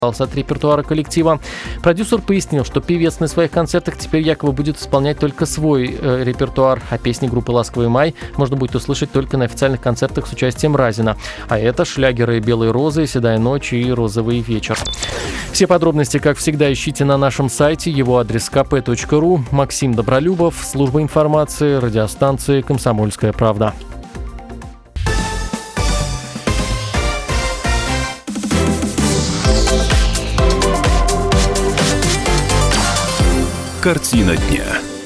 от репертуара коллектива. Продюсер пояснил, что певец на своих концертах теперь якобы будет исполнять только свой репертуар, а песни группы «Ласковый май» можно будет услышать только на официальных концертах с участием Разина. А это шлягеры «Белые розы», «Седая ночь» и «Розовый вечер». Все подробности, как всегда, ищите на нашем сайте, его адрес kp.ru. Максим Добролюбов, служба информации, радиостанции «Комсомольская правда». Картина дня.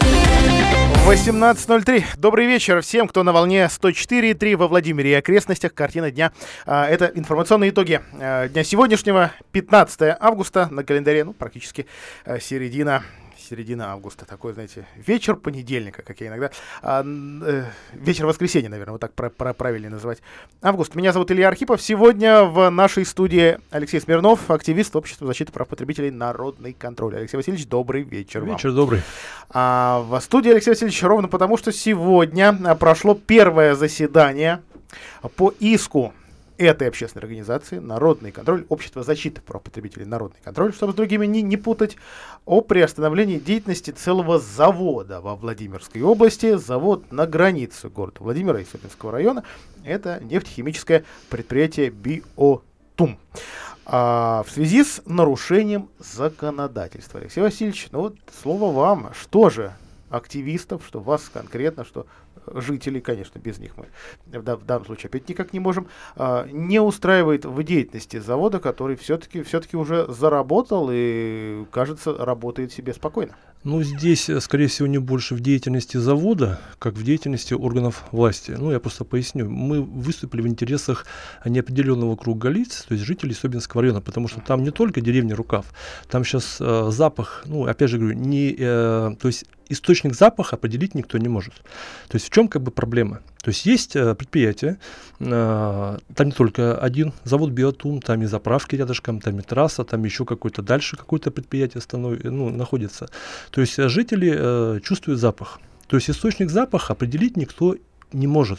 18:03. Добрый вечер всем, кто на волне 104.3 во Владимире и окрестностях. Картина дня. Это информационные итоги дня сегодняшнего, 15 августа на календаре, практически середина августа. Такой, знаете, вечер понедельника, как я иногда... вечер воскресенья, наверное, вот так правильнее называть. Август. Меня зовут Илья Архипов. Сегодня в нашей студии Алексей Смирнов, активист Общества защиты прав потребителей «Народный контроль». Алексей Васильевич, добрый вечер вам. Вечер добрый. В студии Алексей Васильевич ровно потому, что сегодня прошло первое заседание по иску этой общественной организации «Народный контроль», Общество защиты прав потребителей «Народный контроль», чтобы с другими не путать, о приостановлении деятельности целого завода во Владимирской области. Завод на границе города Владимира и Собинского района. Это нефтехимическое предприятие «Биотум». В связи с нарушением законодательства. Алексей Васильевич, слово вам. Что же активистов, что вас конкретно, что жителей, конечно, без них мы в данном случае опять никак не можем, не устраивает в деятельности завода, который все-таки уже заработал и, кажется, работает себе спокойно? Здесь, скорее всего, не больше в деятельности завода, как в деятельности органов власти. Я просто поясню. Мы выступили в интересах неопределенного круга лиц, то есть жителей Собинского района, потому что там не только деревня Рукав, там сейчас запах, опять же говорю, то есть источник запаха определить никто не может. То есть в чем проблема? То есть есть предприятие, там не только один завод «Биотум», там и заправки рядышком, там и трасса, там еще дальше какое-то предприятие находится. То есть жители чувствуют запах. То есть источник запаха определить никто не может.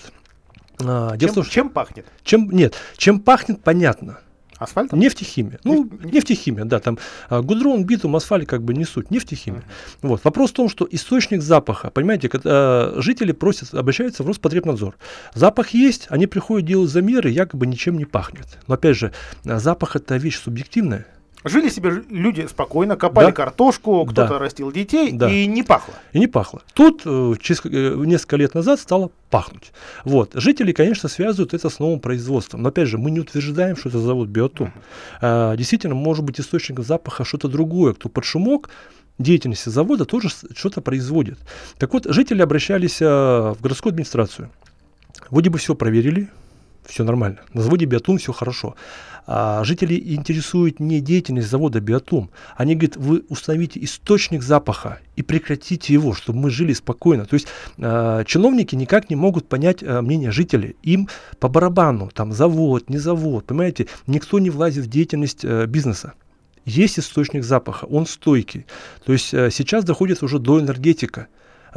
Чем пахнет? Чем пахнет, понятно. Асфальтом? Нефтехимия. Нефтехимия, да, там гудрон, битум, асфальт не суть, нефтехимия. Вопрос в том, что источник запаха, понимаете, когда жители обращаются в Роспотребнадзор. Запах есть, они приходят, делают замеры, якобы ничем не пахнет. Но опять же, запах это вещь субъективная. Жили себе люди спокойно, копали картошку, кто-то растил детей, и не пахло. И не пахло. Тут через несколько лет назад стало пахнуть. Жители, конечно, связывают это с новым производством. Но опять же, мы не утверждаем, что это завод «Биотум». Действительно, может быть, источником запаха что-то другое, кто под шумок деятельности завода тоже что-то производит. Так вот, жители обращались в городскую администрацию. Вроде бы все проверили, все нормально. На заводе «Биотум» все хорошо. Жителей интересует не деятельность завода «Биотум». Они говорят, вы установите источник запаха и прекратите его, чтобы мы жили спокойно. То есть чиновники никак не могут понять мнение жителей. Им по барабану, там завод, не завод, понимаете, никто не влазит в деятельность бизнеса. Есть источник запаха, он стойкий. То есть сейчас доходит уже до энергетика.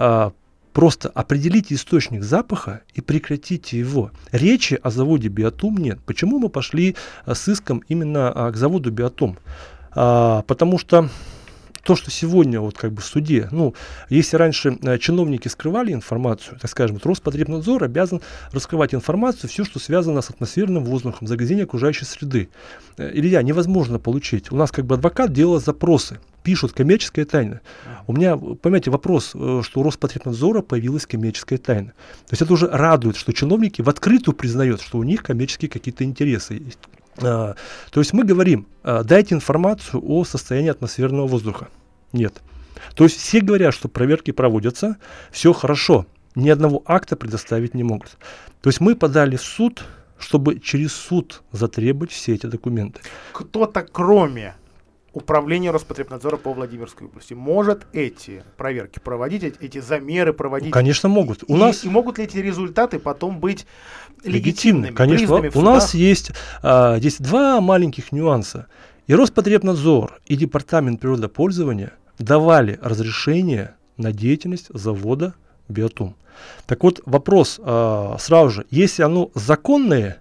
Просто определите источник запаха и прекратите его. Речи о заводе «Биотум» нет. Почему мы пошли с иском именно к заводу «Биотум»? Потому что то, что сегодня в суде, если раньше чиновники скрывали информацию, так скажем, Роспотребнадзор обязан раскрывать информацию, все, что связано с атмосферным воздухом, загрязнением окружающей среды. Илья, невозможно получить. У нас адвокат делал запросы, пишут коммерческая тайна. У меня, понимаете, вопрос, что у Роспотребнадзора появилась коммерческая тайна. То есть это уже радует, что чиновники в открытую признают, что у них коммерческие какие-то интересы есть. То есть мы говорим, дайте информацию о состоянии атмосферного воздуха. Нет. То есть все говорят, что проверки проводятся, все хорошо, ни одного акта предоставить не могут. То есть мы подали в суд, чтобы через суд затребовать все эти документы. Кто-то, кроме Управление Роспотребнадзора по Владимирской области может эти проверки проводить, эти замеры проводить? Конечно, могут. И могут ли эти результаты потом быть легитимными? Конечно. У нас есть здесь два маленьких нюанса. И Роспотребнадзор, и Департамент природопользования давали разрешение на деятельность завода «Биотум». Так вот, вопрос сразу же, если оно законное,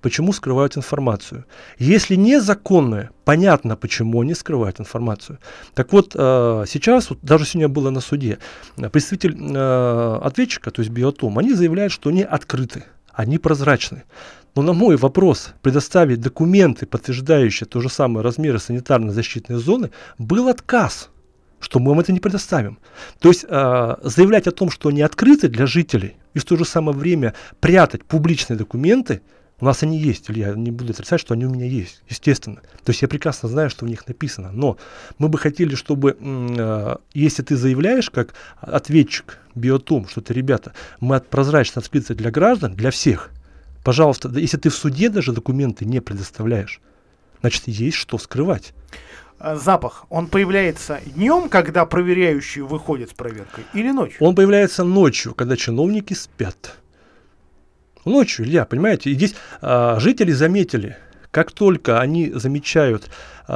почему скрывают информацию. Если незаконное, понятно, почему они скрывают информацию. Так вот, сейчас, вот даже сегодня было на суде, представитель ответчика, то есть Биотом, они заявляют, что они открыты, они прозрачны. Но на мой вопрос предоставить документы, подтверждающие то же самое размеры санитарно-защитной зоны, был отказ, что мы вам это не предоставим. То есть заявлять о том, что они открыты для жителей, и в то же самое время прятать публичные документы, у нас они есть, или я не буду отрицать, что они у меня есть, естественно. То есть я прекрасно знаю, что в них написано. Но мы бы хотели, чтобы, если ты заявляешь как ответчик Биотом, что ты, ребята, мы прозрачно открыты для граждан, для всех, пожалуйста, если ты в суде даже документы не предоставляешь, значит, есть что скрывать. Запах, он появляется днем, когда проверяющие выходят с проверкой, или ночью? Он появляется ночью, когда чиновники спят. Ночью, Илья, понимаете? И здесь жители заметили, как только они замечают,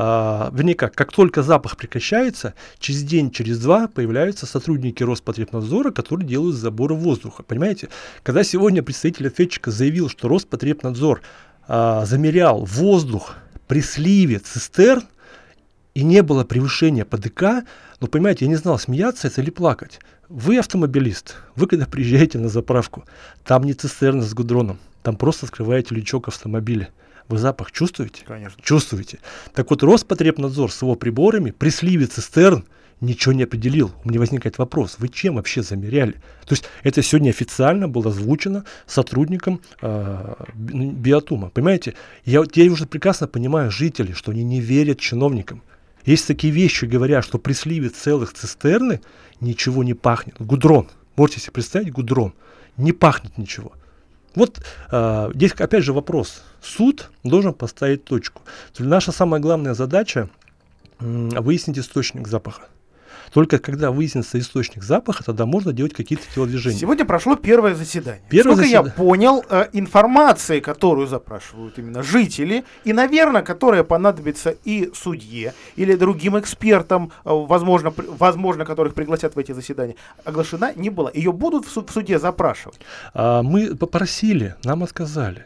как только запах прекращается, через день, через два появляются сотрудники Роспотребнадзора, которые делают заборы воздуха. Понимаете? Когда сегодня представитель ответчика заявил, что Роспотребнадзор замерял воздух при сливе цистерн, и не было превышения ПДК, но, понимаете, я не знал, смеяться это или плакать. Вы автомобилист, вы когда приезжаете на заправку, там не цистерна с гудроном, там просто скрываете лючок автомобиля. Вы запах чувствуете? Конечно. Чувствуете. Так вот, Роспотребнадзор с его приборами при сливе цистерн ничего не определил. У меня возникает вопрос, вы чем вообще замеряли? То есть это сегодня официально было озвучено сотрудникам Биотома. Понимаете, я уже прекрасно понимаю жителей, что они не верят чиновникам. Есть такие вещи, говорят, что при сливе целых цистерны ничего не пахнет. Гудрон. Можете себе представить гудрон. Не пахнет ничего. Вот здесь опять же вопрос. Суд должен поставить точку. Наша самая главная задача выяснить источник запаха. Только когда выяснится источник запаха, тогда можно делать какие-то телодвижения. Сегодня прошло первое заседание. Сколько я понял, информации, которую запрашивают именно жители, и, наверное, которая понадобится и судье, или другим экспертам, возможно, которых пригласят в эти заседания, оглашена не была. Ее будут в суде запрашивать? Мы попросили, нам отказали.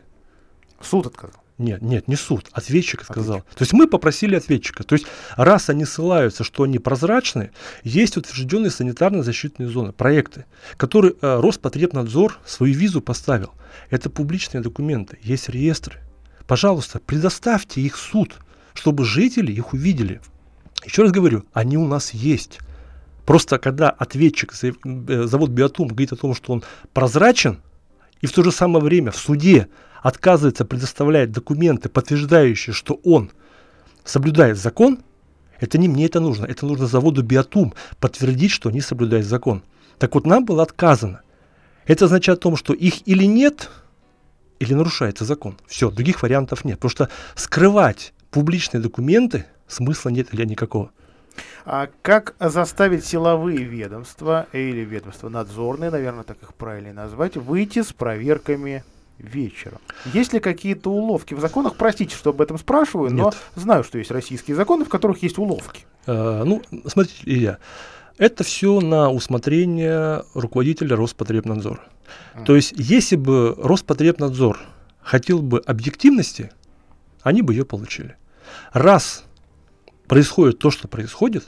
Суд отказал? Нет, не суд, ответчик сказал. То есть мы попросили ответчика. То есть раз они ссылаются, что они прозрачны, есть утвержденные санитарно-защитные зоны, проекты, которые Роспотребнадзор свою визу поставил. Это публичные документы, есть реестры. Пожалуйста, предоставьте их в суд, чтобы жители их увидели. Еще раз говорю, они у нас есть. Просто когда ответчик, завод Биотом, говорит о том, что он прозрачен, и в то же самое время в суде отказывается предоставлять документы, подтверждающие, что он соблюдает закон, это не мне это нужно заводу Биотом подтвердить, что они соблюдают закон. Так вот, нам было отказано. Это означает о том, что их или нет, или нарушается закон. Все, других вариантов нет. Потому что скрывать публичные документы смысла нет или никакого. А как заставить силовые ведомства или ведомства надзорные, наверное, так их правильно назвать, выйти с проверками вечером? Есть ли какие-то уловки в законах? Простите, что об этом спрашиваю, но знаю, что есть российские законы, в которых есть уловки. Смотрите, Илья, это все на усмотрение руководителя Роспотребнадзора. То есть, если бы Роспотребнадзор хотел бы объективности, они бы ее получили. Раз происходит то, что происходит,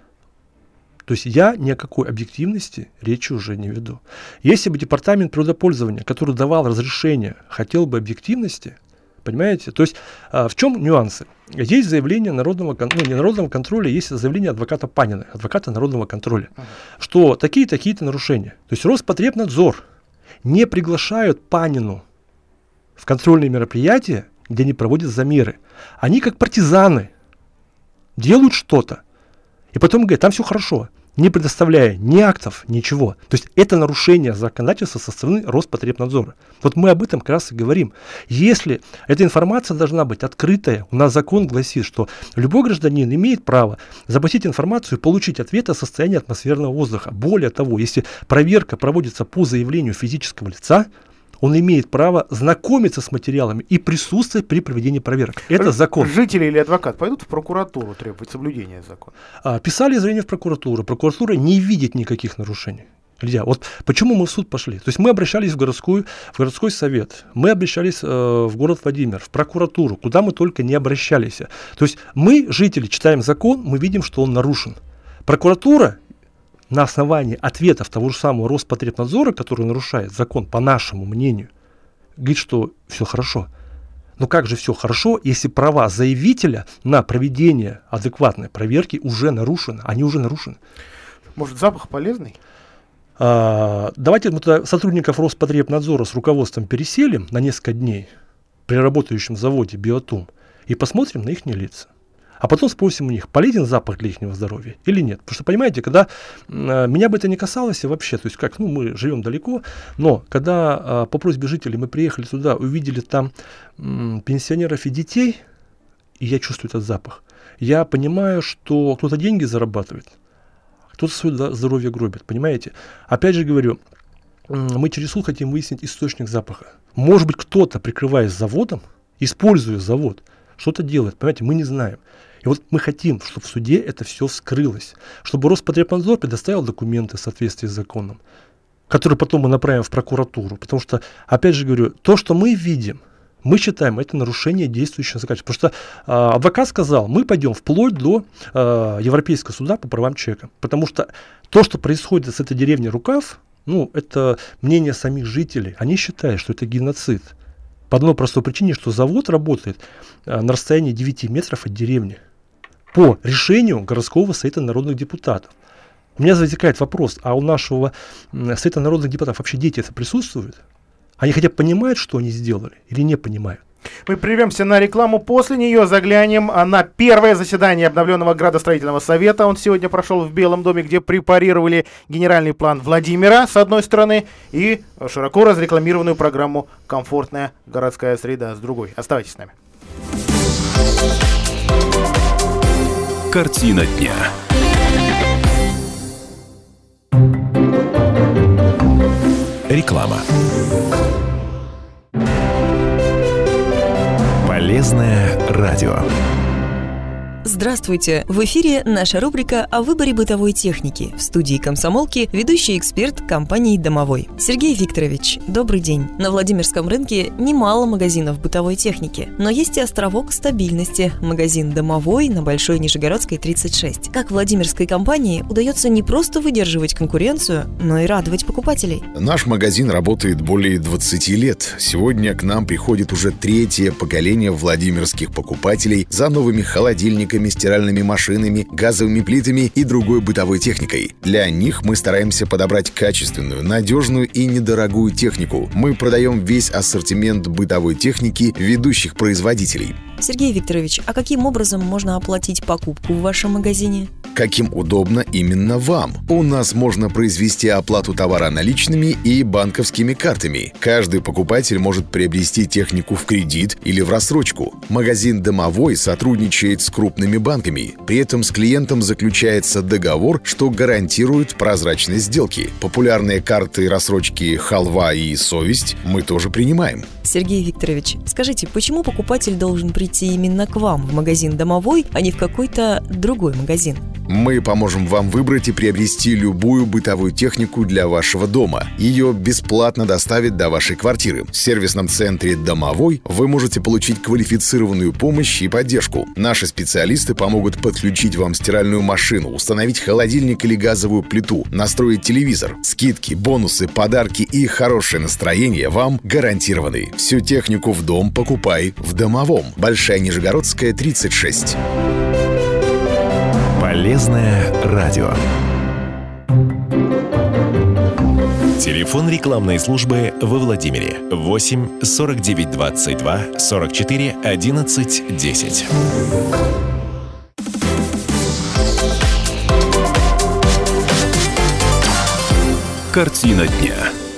то есть я ни о какой объективности речи уже не веду. Если бы департамент природопользования, который давал разрешение, хотел бы объективности, понимаете? То есть в чем нюансы? Есть заявление народного контроля, есть заявление адвоката Панина, адвоката народного контроля, что такие-то нарушения. То есть Роспотребнадзор не приглашают Панину в контрольные мероприятия, где они проводят замеры. Они как партизаны делают что-то, и потом говорят, там все хорошо, не предоставляя ни актов, ничего. То есть это нарушение законодательства со стороны Роспотребнадзора. Вот мы об этом как раз и говорим. Если эта информация должна быть открытая, у нас закон гласит, что любой гражданин имеет право запросить информацию и получить ответ о состоянии атмосферного воздуха. Более того, если проверка проводится по заявлению физического лица, он имеет право знакомиться с материалами и присутствовать при проведении проверок. Это закон. Жители или адвокат пойдут в прокуратуру требовать соблюдения закона? Писали заявление в прокуратуру. Прокуратура не видит никаких нарушений. Илья, вот почему мы в суд пошли? То есть мы обращались в городской совет, мы обращались в город Владимир, в прокуратуру, куда мы только не обращались. То есть мы, жители, читаем закон, мы видим, что он нарушен. Прокуратура на основании ответов того же самого Роспотребнадзора, который нарушает закон, по нашему мнению, говорит, что все хорошо. Но как же все хорошо, если права заявителя на проведение адекватной проверки уже нарушены? Они уже нарушены. Может, запах полезный? Давайте мы сотрудников Роспотребнадзора с руководством переселим на несколько дней при работающем заводе «Биотум» и посмотрим на их лица. А потом спросим у них, полезен запах для их здоровья или нет. Потому что, понимаете, когда меня бы это не касалось вообще, то есть как, мы живем далеко, но когда по просьбе жителей мы приехали туда, увидели там пенсионеров и детей, и я чувствую этот запах, я понимаю, что кто-то деньги зарабатывает, кто-то свое здоровье гробит, понимаете? Опять же говорю, мы через суд хотим выяснить источник запаха. Может быть, кто-то, прикрываясь заводом, используя завод, что-то делает, понимаете, мы не знаем. И вот мы хотим, чтобы в суде это все вскрылось, чтобы Роспотребнадзор предоставил документы в соответствии с законом, которые потом мы направим в прокуратуру. Потому что, опять же говорю, то, что мы видим, мы считаем, это нарушение действующего закона. Потому что адвокат сказал, мы пойдем вплоть до Европейского суда по правам человека. Потому что то, что происходит с этой деревней Рукав, это мнение самих жителей. Они считают, что это геноцид. По одной простой причине, что завод работает на расстоянии 9 метров от деревни. По решению городского совета народных депутатов. У меня возникает вопрос, а у нашего совета народных депутатов вообще дети это присутствуют? Они хотя бы понимают, что они сделали, или не понимают? Мы прервемся на рекламу, после нее заглянем на первое заседание обновленного градостроительного совета. Он сегодня прошел в Белом доме, где препарировали генеральный план Владимира, с одной стороны, и широко разрекламированную программу «Комфортная городская среда» с другой. Оставайтесь с нами. Картина дня. Реклама. Полезное радио. Здравствуйте! В эфире наша рубрика о выборе бытовой техники. В студии «Комсомолки» ведущий эксперт компании «Домовой». Сергей Викторович, добрый день. На Владимирском рынке немало магазинов бытовой техники, но есть и островок стабильности – магазин «Домовой» на Большой Нижегородской, 36. Как владимирской компании удается не просто выдерживать конкуренцию, но и радовать покупателей? Наш магазин работает более 20 лет. Сегодня к нам приходит уже третье поколение владимирских покупателей за новыми холодильниками, стиральными машинами, газовыми плитами и другой бытовой техникой. Для них мы стараемся подобрать качественную, надежную и недорогую технику. Мы продаем весь ассортимент бытовой техники ведущих производителей. Сергей Викторович, а каким образом можно оплатить покупку в вашем магазине? Каким удобно именно вам. У нас можно произвести оплату товара наличными и банковскими картами. Каждый покупатель может приобрести технику в кредит или в рассрочку. Магазин «Домовой» сотрудничает с крупными банками. При этом с клиентом заключается договор, что гарантирует прозрачность сделки. Популярные карты рассрочки «Халва» и «Совесть» мы тоже принимаем. Сергей Викторович, скажите, почему покупатель должен прийти именно к вам в магазин «Домовой», а не в какой-то другой магазин? Мы поможем вам выбрать и приобрести любую бытовую технику для вашего дома. Ее бесплатно доставят до вашей квартиры. В сервисном центре «Домовой» вы можете получить квалифицированную помощь и поддержку. Наши специалисты помогут подключить вам стиральную машину, установить холодильник или газовую плиту, настроить телевизор. Скидки, бонусы, подарки и хорошее настроение вам гарантированы. Всю технику в дом покупай в «Домовом». Большая Нижегородская, 36. Полезное радио. Телефон рекламной службы во Владимире 8 49 22 44 11 10. Картина дня.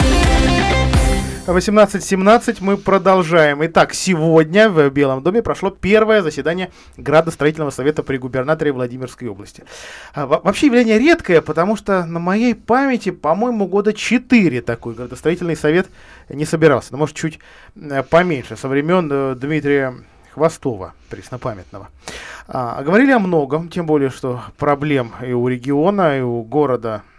18:17 мы продолжаем. Итак, сегодня в Белом доме прошло первое заседание градостроительного совета при губернаторе Владимирской области. Вообще явление редкое, потому что на моей памяти, по-моему, года 4 такой градостроительный совет не собирался. Ну, может, чуть поменьше, со времен Дмитрия Хвостова, преснопамятного. Говорили о многом, тем более, что проблем и у региона, и у города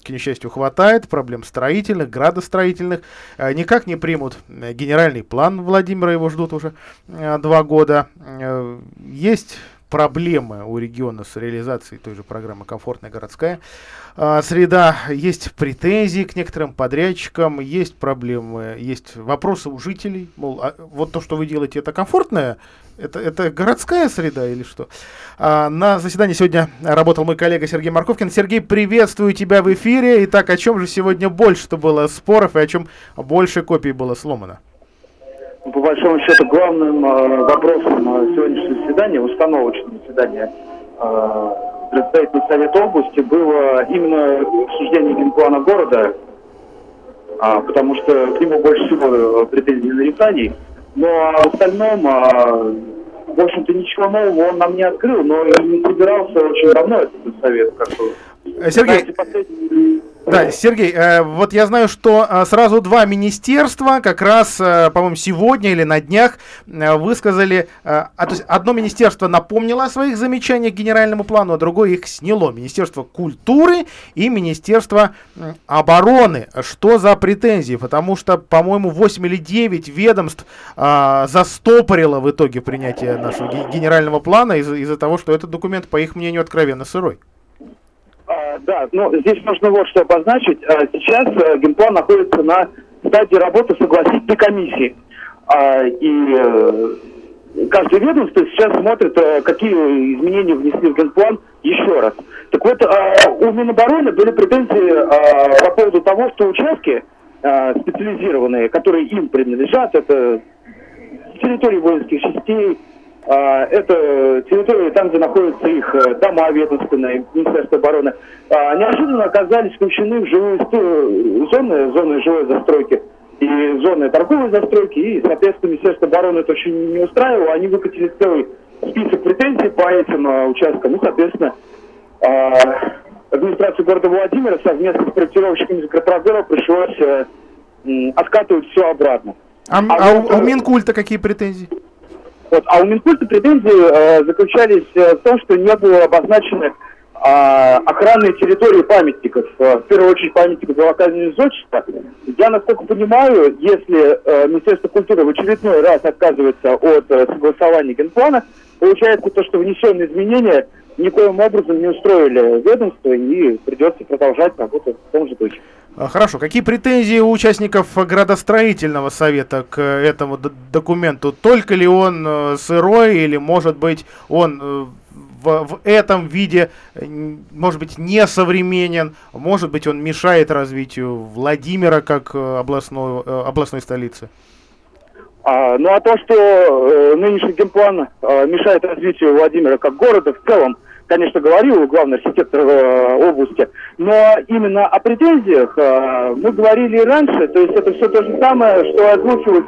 к несчастью, хватает, проблем строительных, градостроительных. Никак не примут генеральный план Владимира, его ждут уже 2 года. Есть проблемы у региона с реализацией той же программы «Комфортная городская среда», есть претензии к некоторым подрядчикам, есть проблемы, есть вопросы у жителей, мол, вот то, что вы делаете, это комфортная, это городская среда или что? На заседании сегодня работал мой коллега Сергей Марковкин. Сергей, приветствую тебя в эфире. Итак, о чем же сегодня больше-то было споров и о чем больше копий было сломано? По большому счету, главным вопросом сегодняшнего заседания, установочного заседания Градостроительного совета области, было именно обсуждение генплана города, потому что к нему больше всего претензий и нареканий. Но в остальном, в общем-то, ничего нового он нам не открыл, но и не собирался очень давно этот совет. Сергей, да, Сергей, вот я знаю, что сразу 2 министерства как раз, по-моему, сегодня или на днях высказали, то есть одно министерство напомнило о своих замечаниях к генеральному плану, а другое их сняло. Министерство культуры и Министерство обороны. Что за претензии? Потому что, по-моему, 8 или 9 ведомств застопорило в итоге принятие нашего генерального плана из-за того, что этот документ, по их мнению, откровенно сырой. Да, но здесь нужно вот что обозначить. Сейчас генплан находится на стадии работы согласительной комиссии. И каждое ведомство сейчас смотрит, какие изменения внесли в генплан еще раз. Так вот, у Минобороны были претензии по поводу того, что участки специализированные, которые им принадлежат, это территории воинских частей, это территории, там, где находятся их дома ведомственные, Министерство обороны, неожиданно оказались включены в живые зоны жилой застройки и зоны торговой застройки, и, соответственно, Министерство обороны это очень не устраивало, они выкатили целый список претензий по этим участкам, ну, соответственно, администрации города Владимира совместно с проектировщиками Заградпродзора пришлось откатывать все обратно. У Минкульта какие претензии? Вот, а у Минкульта претензии заключались в том, что не было обозначены охранные территории памятников, в первую очередь памятников локального зодчества. Я, насколько понимаю, если Министерство культуры в очередной раз отказывается от согласования генплана, получается то, что внесенные изменения никоим образом не устроили ведомство и придется продолжать работу в том же духе. Хорошо. Какие претензии у участников градостроительного совета к этому документу? Только ли он сырой или, может быть, он в этом виде, может быть, несовременен, может быть, он мешает развитию Владимира как областной столицы? Ну а то, что нынешний генплан мешает развитию Владимира как города в целом, конечно, говорил главный архитектор области, но именно о претензиях мы говорили и раньше, то есть это все то же самое, что озвучивалось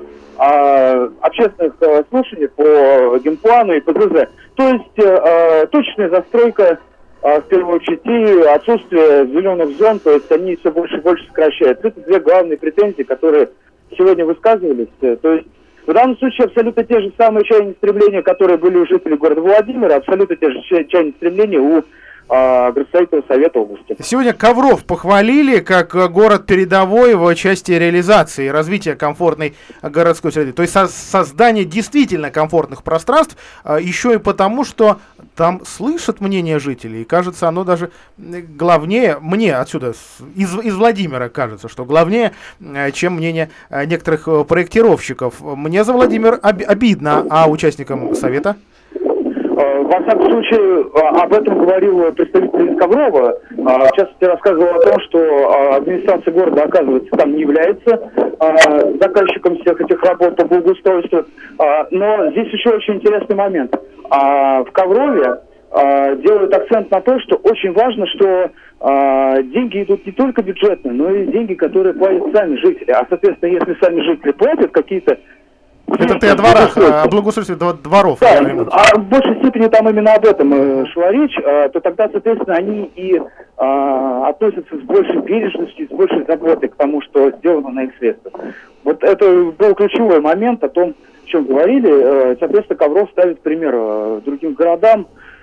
на общественных слушаниях по генплану и ПЗЗ. То есть точечная застройка, в первую очередь, и отсутствие зеленых зон, то есть они все больше и больше сокращаются. Это 2 главные претензии, которые сегодня высказывались. То есть в данном случае абсолютно те же самые чаяния и стремления, которые были у жителей города Владимира, абсолютно те же чаяния и стремления у Градостроительного совета области. Сегодня Ковров похвалили как город передовой в части реализации и развития комфортной городской среды. То есть создание действительно комфортных пространств, еще и потому, что там слышат мнение жителей. И кажется, оно даже главнее, мне отсюда, из Владимира кажется, что главнее, чем мнение некоторых проектировщиков. Мне за Владимир обидно, а участникам совета? Во всяком случае, об этом говорил представитель из Коврова. В частности, рассказывал о том, что администрация города, оказывается, там не является заказчиком всех этих работ по благоустройству. Но здесь еще очень интересный момент. В Коврове делают акцент на то, что очень важно, что деньги идут не только бюджетные, но и деньги, которые платят сами жители. А, соответственно, если сами жители платят какие-то... Это ты о дворах, о благоустройстве дворов. Да, а в большей степени там именно об этом шла речь, то тогда, соответственно, они и относятся с большей бережностью, с большей заботой к тому, что сделано на их средствах. Вот это был ключевой момент о том, о чем говорили. Соответственно, Ковров ставит пример другим городам.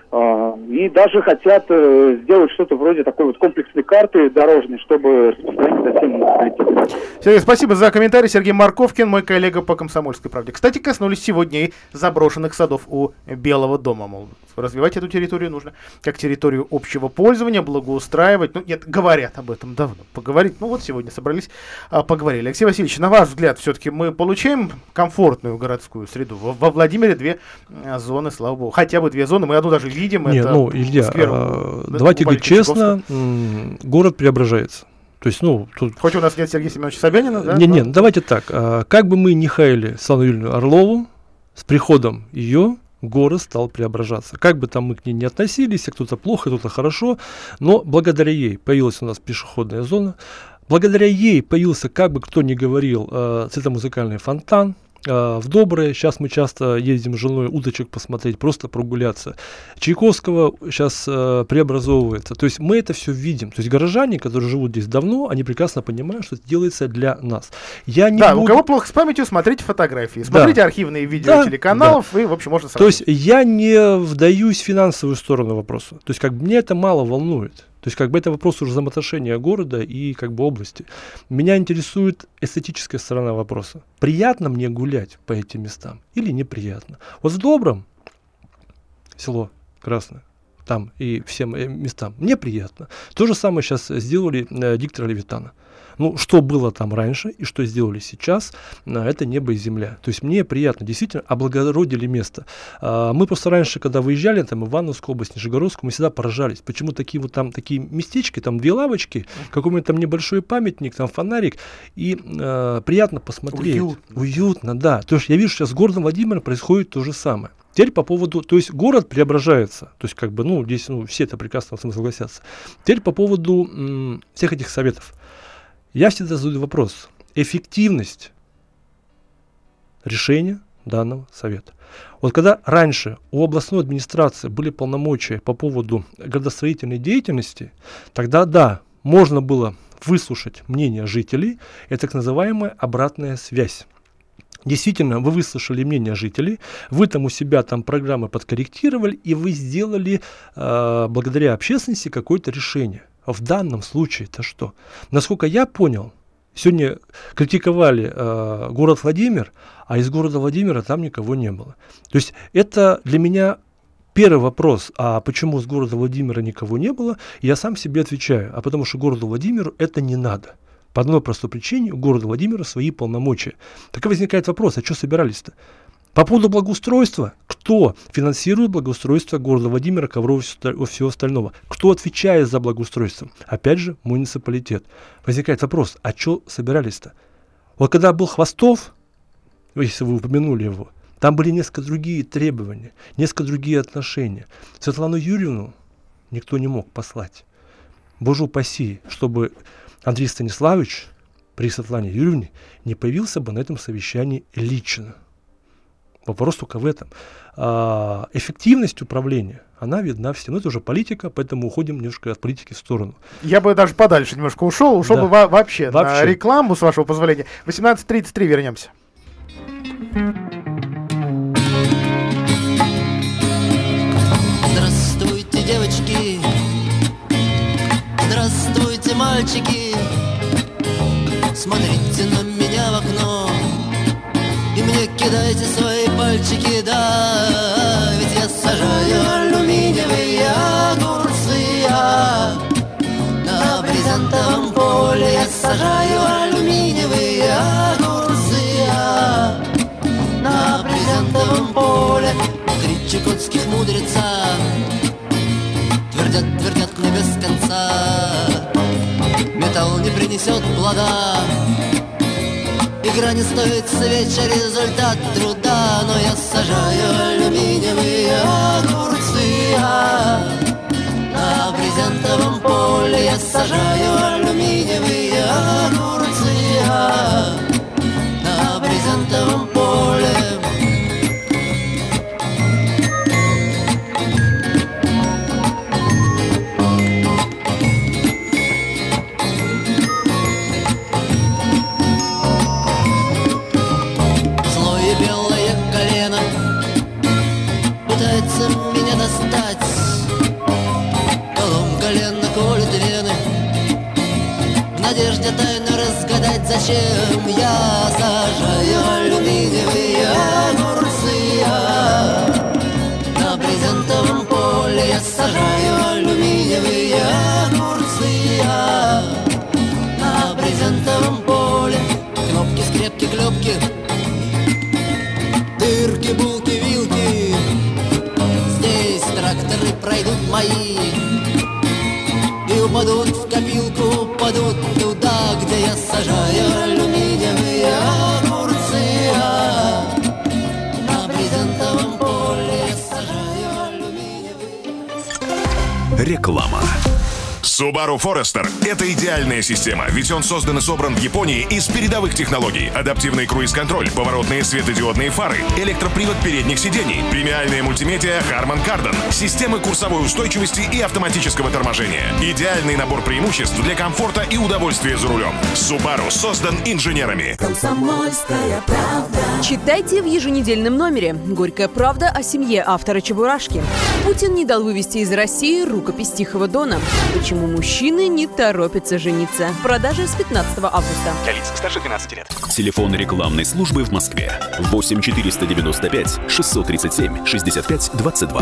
И даже хотят сделать что-то вроде такой вот комплексной карты дорожной, чтобы распространить это всем муниципалитетам. Сергей, спасибо за комментарий. Сергей Марковкин, мой коллега по «Комсомольской правде». Кстати, коснулись сегодня и заброшенных садов у Белого дома. Мол, развивать эту территорию нужно как территорию общего пользования, благоустраивать. Ну, нет, говорят об этом давно. Поговорить. Ну, вот сегодня собрались, поговорили. Алексей Васильевич, на ваш взгляд, все-таки мы получаем комфортную городскую среду? Во Владимире 2 зоны, слава богу. Хотя бы 2 зоны. Мы одну даже видим. Нет, это Илья, сквер, давайте говорить честно, город преображается. То есть, тут... Хоть у нас нет Сергея Семеновича Собянина, да? Нет, давайте так. Как бы мы ни хаяли Светлану Юрьевну Орлову, с приходом ее город стал преображаться. Как бы там мы к ней не относились, кто-то плохо, кто-то хорошо, но благодаря ей появилась у нас пешеходная зона, благодаря ей появился, как бы кто ни говорил, цветомузыкальный фонтан, в Доброе. Сейчас мы часто ездим с женой удочек посмотреть, просто прогуляться. Чайковского сейчас преобразовывается. То есть мы это все видим. То есть горожане, которые живут здесь давно, они прекрасно понимают, что это делается для нас. У кого плохо с памятью, смотрите фотографии, смотрите архивные видео телеканалов, и, в общем, можно сравнить. То есть я не вдаюсь в финансовую сторону вопроса. То есть меня это мало волнует. То есть это вопрос уже взаимоотношения города и области. Меня интересует эстетическая сторона вопроса. Приятно мне гулять по этим местам или неприятно? Вот в Добром, село Красное, там и всем местам, мне приятно. То же самое сейчас сделали диктора Левитана. Что было там раньше и что сделали сейчас, это небо и земля. То есть мне приятно, действительно, облагородили место. Мы просто раньше, когда выезжали, там, Ивановскую область, Нижегородскую, мы всегда поражались, почему такие такие местечки, там 2 лавочки, какой-нибудь там небольшой памятник, там фонарик, и приятно посмотреть. Уютно, да. То есть я вижу, сейчас с городом Владимиром происходит то же самое. Теперь по поводу, то есть город преображается, то есть здесь все это прекрасно согласятся. Теперь по поводу всех этих советов. Я всегда задаю вопрос: эффективность решения данного совета. Вот когда раньше у областной администрации были полномочия по поводу градостроительной деятельности, тогда да, можно было выслушать мнение жителей, это так называемая обратная связь. Действительно, вы выслушали мнение жителей, вы там у себя программы подкорректировали, и вы сделали благодаря общественности какое-то решение. В данном случае это что? Насколько я понял, сегодня критиковали город Владимир, а из города Владимира там никого не было. То есть это для меня первый вопрос: а почему из города Владимира никого не было? Я сам себе отвечаю: а потому что городу Владимиру это не надо. По одной простой причине: у города Владимира свои полномочия. Так и возникает вопрос: а что собирались-то? По поводу благоустройства, кто финансирует благоустройство города Владимира, Коврова и всего остального? Кто отвечает за благоустройство? Опять же, муниципалитет. Возникает вопрос: а что собирались-то? Вот когда был Хвостов, если вы упомянули его, там были несколько другие требования, несколько другие отношения. Светлану Юрьевну никто не мог послать. Боже упаси, чтобы Андрей Станиславович при Светлане Юрьевне не появился бы на этом совещании лично. Вопрос только в этом. Эффективность управления, она видна всем. Это уже политика, поэтому уходим немножко от политики в сторону. Я бы даже подальше немножко ушел бы вообще на рекламу, с вашего позволения. 18:33 вернемся. Здравствуйте, девочки. Здравствуйте, мальчики. Смотрите на меня в окно и мне кидайте свои пальчики, да, ведь я сажаю алюминиевые огурцы, на брезентовом поле я сажаю алюминиевые огурцы, на брезентовом поле. Три чукотских мудреца твердят мне без конца: металл не принесет плода, игра не стоит свеч, результат труда. Но я сажаю алюминиевые огурцы, на брезентовом поле я сажаю алюминиевые огурцы, на брезентовом поле. Меня достать зачем я сажаю алюминиевые огурцы? На брезентовом поле я сажаю алюминиевые огурцы. На брезентовом поле кнопки, скрепки, клепки, дырки, булки, вилки. Здесь тракторы пройдут мои и упадут в копилку, упадут туда, где я сажаю алюминиевые огурцы. На брезентовом поле я сажаю алюминиевые. Реклама. Subaru Forester – это идеальная система, ведь он создан и собран в Японии из передовых технологий. Адаптивный круиз-контроль, поворотные светодиодные фары, электропривод передних сидений, премиальная мультимедиа Harman Kardon, системы курсовой устойчивости и автоматического торможения. Идеальный набор преимуществ для комфорта и удовольствия за рулем. Subaru создан инженерами. Комсомольская правда. Читайте в еженедельном номере. Горькая правда о семье автора Чебурашки. Путин не дал вывести из России рукопись Тихого Дона. Почему мужчины не торопятся жениться? В продаже с 15 августа. Для лиц старше 12 лет. Телефон рекламной службы в Москве. 8 495 637 65 22.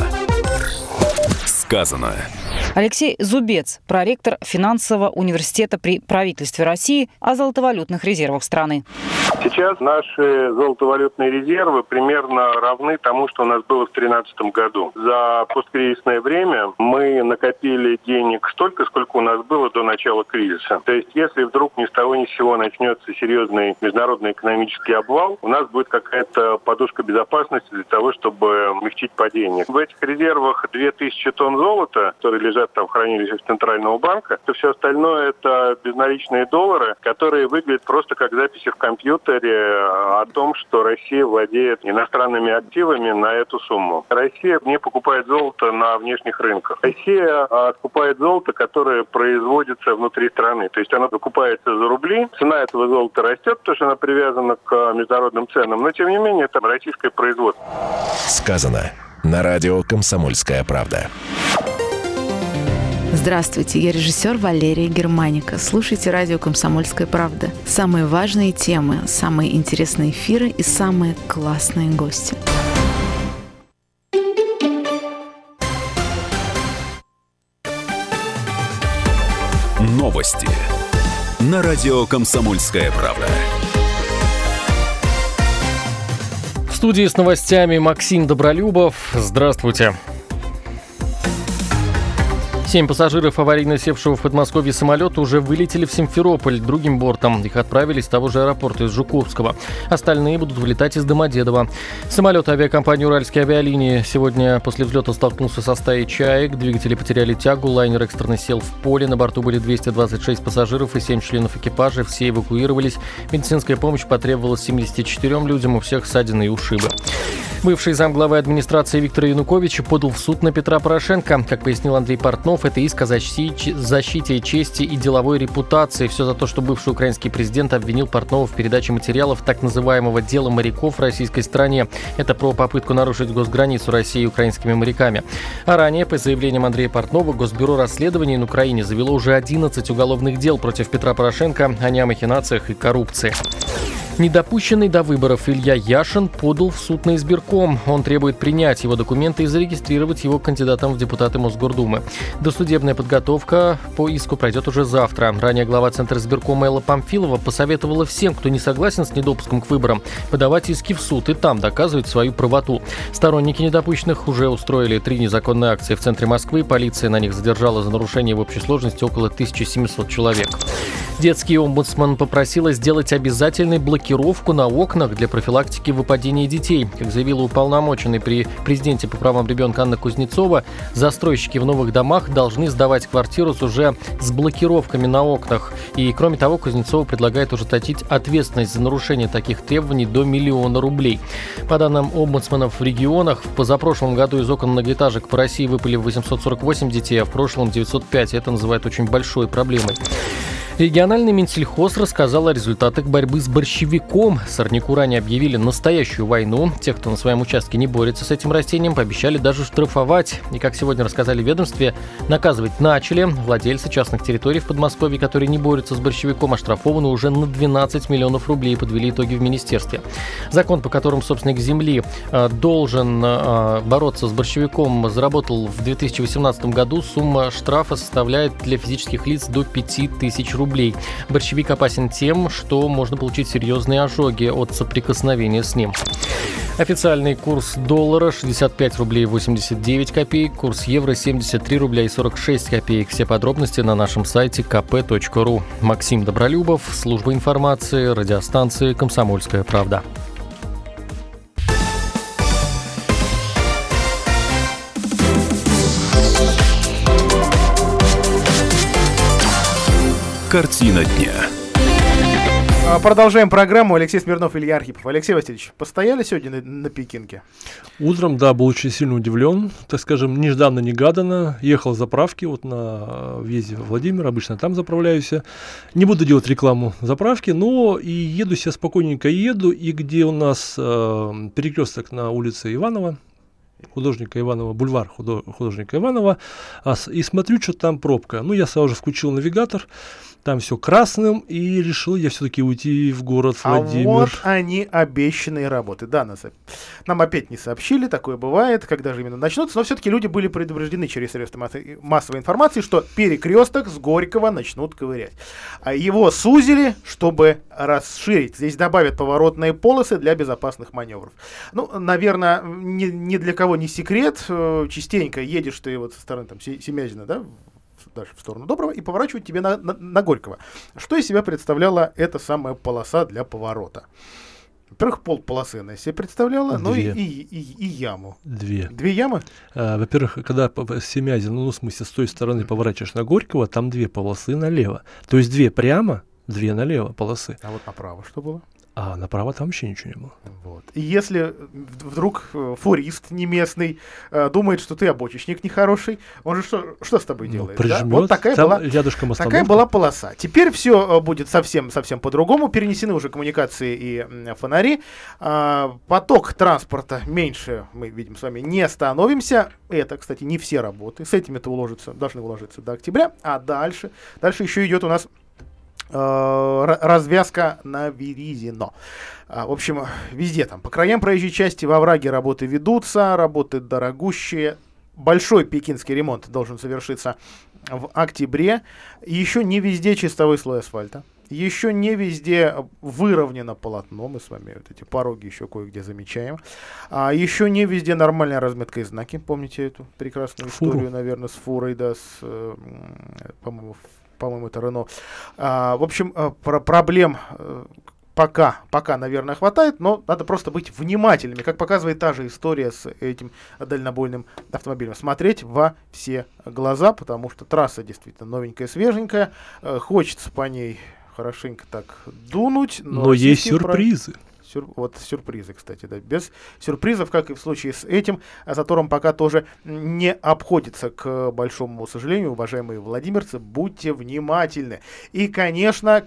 Сказано. Алексей Зубец, проректор финансового университета при правительстве России, о золотовалютных резервах страны. Сейчас наши золотовалютные резервы примерно равны тому, что у нас было в 2013 году. За посткризисное время мы накопили денег столько, сколько у нас было до начала кризиса. То есть, если вдруг ни с того ни с сего начнется серьезный международный экономический обвал, у нас будет какая-то подушка безопасности для того, чтобы смягчить падение. В этих резервах 2000 тонн золота, которые лежат там в хранилищах Центрального банка, то все остальное это безналичные доллары, которые выглядят просто как записи в компьютере о том, что Россия владеет иностранными активами на эту сумму. Россия не покупает золото на внешних рынках. Россия скупает золото, которое производится внутри страны. То есть оно закупается за рубли, цена этого золота растет, потому что она привязана к международным ценам, но тем не менее это российское производство. Сказано. На радио «Комсомольская правда». Здравствуйте, я режиссер Валерия Германика. Слушайте радио «Комсомольская правда». Самые важные темы, самые интересные эфиры и самые классные гости. Новости. На радио «Комсомольская правда». В студии с новостями Максим Добролюбов. Здравствуйте. 7 пассажиров аварийно севшего в Подмосковье самолета уже вылетели в Симферополь другим бортом. Их отправили с того же аэропорта, из Жуковского. Остальные будут вылетать из Домодедово. Самолет авиакомпании «Уральские авиалинии» сегодня после взлета столкнулся со стаей чаек. Двигатели потеряли тягу, лайнер экстренно сел в поле. На борту были 226 пассажиров и 7 членов экипажа. Все эвакуировались. Медицинская помощь потребовалась 74 людям, у всех ссадины и ушибы. Бывший замглавы администрации Виктора Януковича подал в суд на Петра Порошенко. Как пояснил Андрей Портнов, это иск о защите чести и деловой репутации. Все за то, что бывший украинский президент обвинил Портнова в передаче материалов так называемого дела моряков в российской стране. Это про попытку нарушить госграницу России украинскими моряками. А ранее, по заявлениям Андрея Портнова, Госбюро расследований на Украине завело уже 11 уголовных дел против Петра Порошенко о махинациях и коррупции. Недопущенный до выборов Илья Яшин подал в суд на избирком. Он требует принять его документы и зарегистрировать его кандидатом в депутаты Мосгордумы. Досудебная подготовка по иску пройдет уже завтра. Ранее глава Центра избиркома Элла Памфилова посоветовала всем, кто не согласен с недопуском к выборам, подавать иски в суд и там доказывать свою правоту. Сторонники недопущенных уже устроили 3 незаконные акции в центре Москвы. Полиция на них задержала за нарушение в общей сложности около 1700 человек. Детский омбудсман попросила сделать обязательной блокировку на окнах для профилактики выпадения детей. Как заявила уполномоченный при президенте по правам ребенка Анна Кузнецова, застройщики в новых домах должны сдавать квартиру с блокировками на окнах. И, кроме того, Кузнецова предлагает ужесточить ответственность за нарушение таких требований до 1 миллиона рублей. По данным омбудсманов в регионах, в позапрошлом году из окон многоэтажек по России выпали 848 детей, а в прошлом 905. Это называют очень большой проблемой. Региональный Минсельхоз рассказал о результатах борьбы с борщевиком. Сорняку ранее объявили настоящую войну. Тех, кто на своем участке не борется с этим растением, пообещали даже штрафовать. И, как сегодня рассказали в ведомстве, наказывать начали. Владельцы частных территорий в Подмосковье, которые не борются с борщевиком, оштрафованы уже на 12 миллионов рублей, подвели итоги в министерстве. Закон, по которому собственник земли должен бороться с борщевиком, заработал в 2018 году. Сумма штрафа составляет для физических лиц до 5000 рублей. Борщевик опасен тем, что можно получить серьезные ожоги от соприкосновения с ним. Официальный курс доллара 65 рублей 89 копеек, курс евро 73 рубля и 46 копеек. Все подробности на нашем сайте kp.ru. Максим Добролюбов, служба информации, радиостанции «Комсомольская правда». Картина дня. Продолжаем программу. Алексей Смирнов, Илья Архипов. Алексей Васильевич, постояли сегодня на Пекинке? Утром, да, был очень сильно удивлен. Так скажем, нежданно-негаданно. Ехал с заправки вот на въезде в Владимир. Обычно там заправляюсь. Не буду делать рекламу заправки, но и еду себе спокойненько еду. И где у нас перекресток на улице Иванова, художника Иванова, бульвар художника Иванова, и смотрю, что там пробка. Ну, я сразу же включил навигатор, там все красным, и решил я все-таки уйти в город Владимир. А вот они, обещанные работы. Да, нам опять не сообщили, такое бывает, когда же именно начнутся, но все-таки люди были предупреждены через средства массовой информации, что перекресток с Горького начнут ковырять. А его сузили, чтобы расширить. Здесь добавят поворотные полосы для безопасных маневров. Ну, наверное, ни для кого не секрет, частенько едешь ты вот со стороны там Семязина, да, дальше в сторону Доброго, и поворачивать тебе на Горького. Что из себя представляла эта самая полоса для поворота? Во-первых, полполосы она из себя представляла, ну и яму. Две ямы? Во-первых, когда Семязин, ну, в смысле, с той стороны поворачиваешь на Горького, там две полосы налево. То есть две прямо, две налево полосы. А вот направо что было? А направо там вообще ничего не было. Вот. И если вдруг фурист не местный думает, что ты обочечник нехороший, он же что с тобой делает? Прижмет, да? Вот такая была полоса. Теперь все будет совсем по-другому. Перенесены уже коммуникации и фонари. Поток транспорта меньше, мы видим с вами, не становимся. Это, кстати, не все работы. С этими-то должны уложиться до октября. А дальше еще идет у нас развязка на Веризино. В общем, везде там, по краям проезжей части, во овраге работы ведутся, работы дорогущие. Большой пекинский ремонт должен завершиться в октябре. Еще не везде чистовой слой асфальта. Еще не везде выровнено полотно. Мы с вами вот эти пороги еще кое-где замечаем. Еще не везде нормальная разметка и знаки. Помните эту прекрасную историю, наверное, с фурой, да, по-моему, это Рено. В общем, проблем пока, наверное, хватает, но надо просто быть внимательными, как показывает та же история с этим дальнобойным автомобилем. Смотреть во все глаза, потому что трасса действительно новенькая, свеженькая. Хочется по ней хорошенько так дунуть. Но есть сюрпризы. Вот сюрпризы, кстати, да. Без сюрпризов, как и в случае с этим, затором пока тоже не обходится, к большому сожалению, уважаемые владимирцы, будьте внимательны. И, конечно,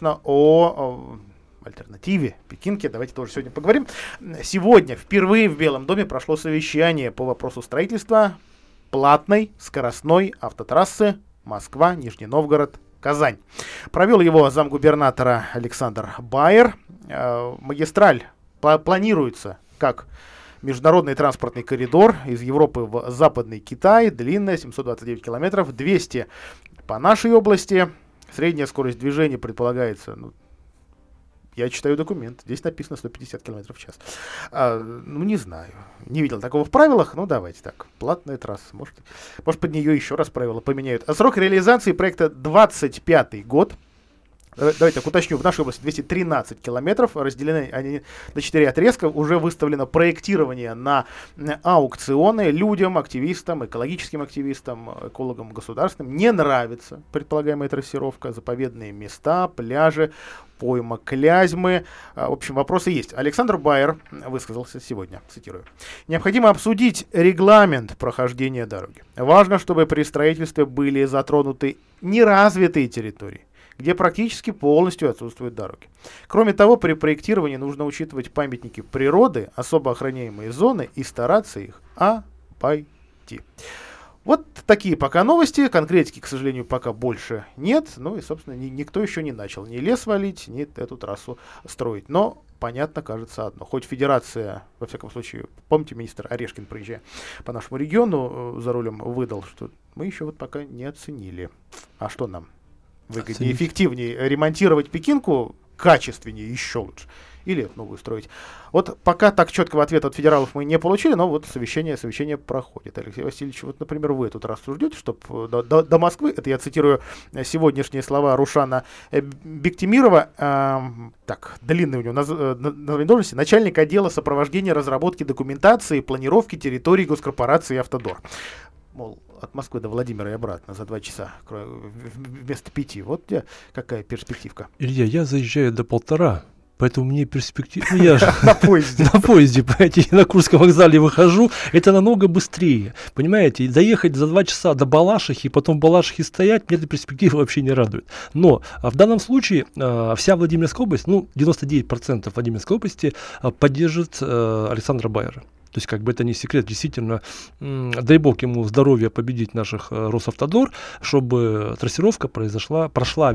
о альтернативе Пекинке давайте тоже сегодня поговорим. Сегодня впервые в Белом доме прошло совещание по вопросу строительства платной скоростной автотрассы Москва-Нижний Новгород Казань. Провел его замгубернатора Александр Байер. Магистраль планируется как международный транспортный коридор из Европы в Западный Китай. Длинная 729 километров, 200 по нашей области. Средняя скорость движения предполагается, я читаю документ, здесь написано 150 км в час. Не знаю, не видел такого в правилах, давайте так, платная трасса, может под нее еще раз правила поменяют. Срок реализации проекта 25 год. Давайте так уточню, в нашей области 213 километров, разделены они на 4 отрезка, уже выставлено проектирование на аукционы. Людям, активистам, экологическим активистам, экологам государственным не нравится предполагаемая трассировка, заповедные места, пляжи, пойма Клязьмы. В общем, вопросы есть. Александр Байер высказался сегодня, цитирую. Необходимо обсудить регламент прохождения дороги. Важно, чтобы при строительстве были затронуты неразвитые территории, где практически полностью отсутствуют дороги. Кроме того, при проектировании нужно учитывать памятники природы, особо охраняемые зоны и стараться их обойти. Вот такие пока новости. Конкретики, к сожалению, пока больше нет. Ну и, собственно, никто еще не начал ни лес валить, ни эту трассу строить. Но понятно, кажется, одно. Хоть федерация, во всяком случае, помните, министр Орешкин, проезжая по нашему региону за рулем, выдал, что мы еще вот пока не оценили. А что нам выгоднее, эффективнее ремонтировать Пекинку, качественнее, еще лучше, или новую строить? Вот пока так четкого ответа от федералов мы не получили, но вот совещание проходит. Алексей Васильевич, вот, например, вы эту трассу ждете, чтобы до Москвы, это я цитирую сегодняшние слова Рушана Бектимирова, так, длинный у него название должности, начальник отдела сопровождения разработки документации, планировки территории госкорпорации «Автодор». Мол, от Москвы до Владимира и обратно за 2 часа вместо 5. Вот какая перспективка. Илья, я заезжаю до 1,5. Поэтому мне перспектива... Я же на поезде. На поезде, понимаете, на Курском вокзале выхожу. Это намного быстрее. Понимаете, и доехать за 2 часа до Балашихи, и потом в Балашихе стоять, мне эта перспектива вообще не радует. Но в данном случае вся Владимирская область, 99% Владимирской области поддержит Александра Байера. То есть, как бы это не секрет, действительно, дай бог ему здоровья победить наших Росавтодор, чтобы трассировка прошла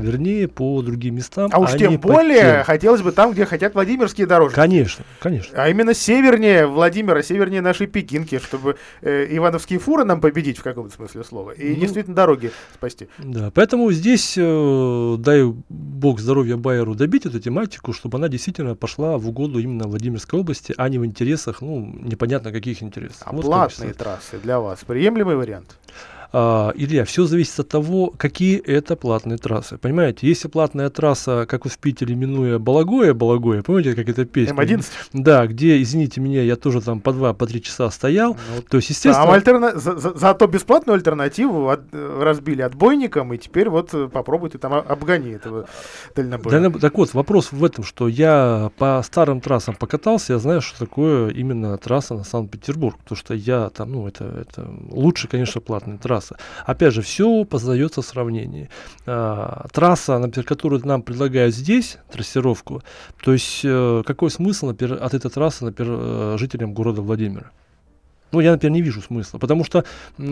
по другим местам. А уж тем более хотелось бы там, где хотят владимирские дорожки. Конечно, конечно. А именно севернее Владимира, севернее нашей Пекинки, чтобы ивановские фуры нам победить в каком-то смысле слова. И действительно дороги спасти. Да, поэтому здесь дай бог здоровья Байеру добить эту тематику, чтобы она действительно пошла в угоду именно Владимирской области, а не в интересах, непонятно каких интересов. А вот платные трассы для вас приемлемый вариант? Илья, все зависит от того, какие это платные трассы. Понимаете, если платная трасса, как вот в Питере, минуя Балагоя, помните, как эта песня? М11? Да, где, извините меня, я тоже там по 2-3 часа стоял. То есть, естественно... Зато бесплатную альтернативу разбили отбойником, и теперь вот попробуй ты там обгони этого дальнобоя. Так вот, вопрос в этом, что я по старым трассам покатался, я знаю, что такое именно трасса на Санкт-Петербург, потому что я там, это лучше, конечно, платная трасса. Опять же, все познается в сравнении. Трасса, например, которую нам предлагают здесь, трассировку, то есть какой смысл, например, от этой трассы, например, жителям города Владимира? Я, например, не вижу смысла, потому что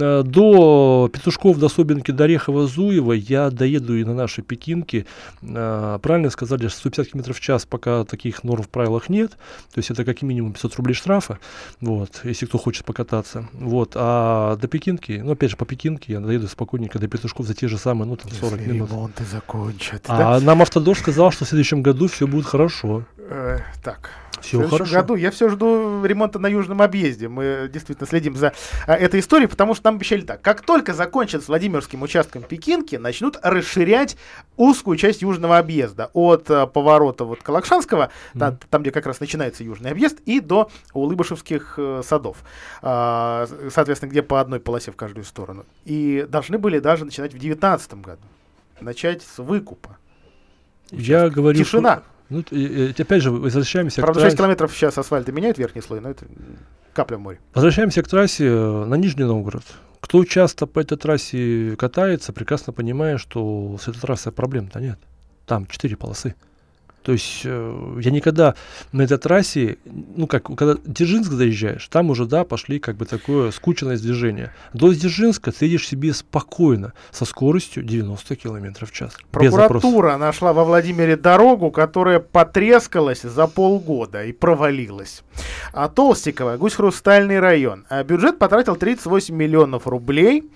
до Петушков, до Собинки, до Орехова-Зуева я доеду и на нашей Пекинке. Правильно сказали, 150 км в час, пока таких норм в правилах нет. То есть это как минимум 500 рублей штрафа, если кто хочет покататься. А до Пекинки, опять же, по Пекинке я доеду спокойненько до Петушков за те же самые, 40 минут. Ремонты закончат. Нам Автодор сказал, что в следующем году все будет хорошо. Так. Все в следующем году я все жду ремонта на Южном объезде. Мы действительно следим за этой историей, потому что нам обещали так. Как только закончат с Владимирским участком Пекинки, начнут расширять узкую часть Южного объезда. От поворота Калакшанского, там, где как раз начинается Южный объезд, и до Улыбышевских садов. Соответственно, где по одной полосе в каждую сторону. И должны были даже начинать в 2019 году. Начать с выкупа. Я говорю, тишина. Опять же, возвращаемся Правда, 6 километров сейчас асфальта меняют верхний слой, но это капля в море. Возвращаемся к трассе на Нижний Новгород. Кто часто по этой трассе катается, прекрасно понимает, что с этой трассой проблем-то нет. Там 4 полосы. То есть я никогда на этой трассе, когда Дзержинск заезжаешь, там уже, пошли такое скученность движения. До Дзержинска ты едешь себе спокойно, со скоростью 90 км в час. Прокуратура нашла во Владимире дорогу, которая потрескалась за полгода и провалилась. Толстиково, Гусь-Хрустальный район. Бюджет потратил 38 миллионов рублей.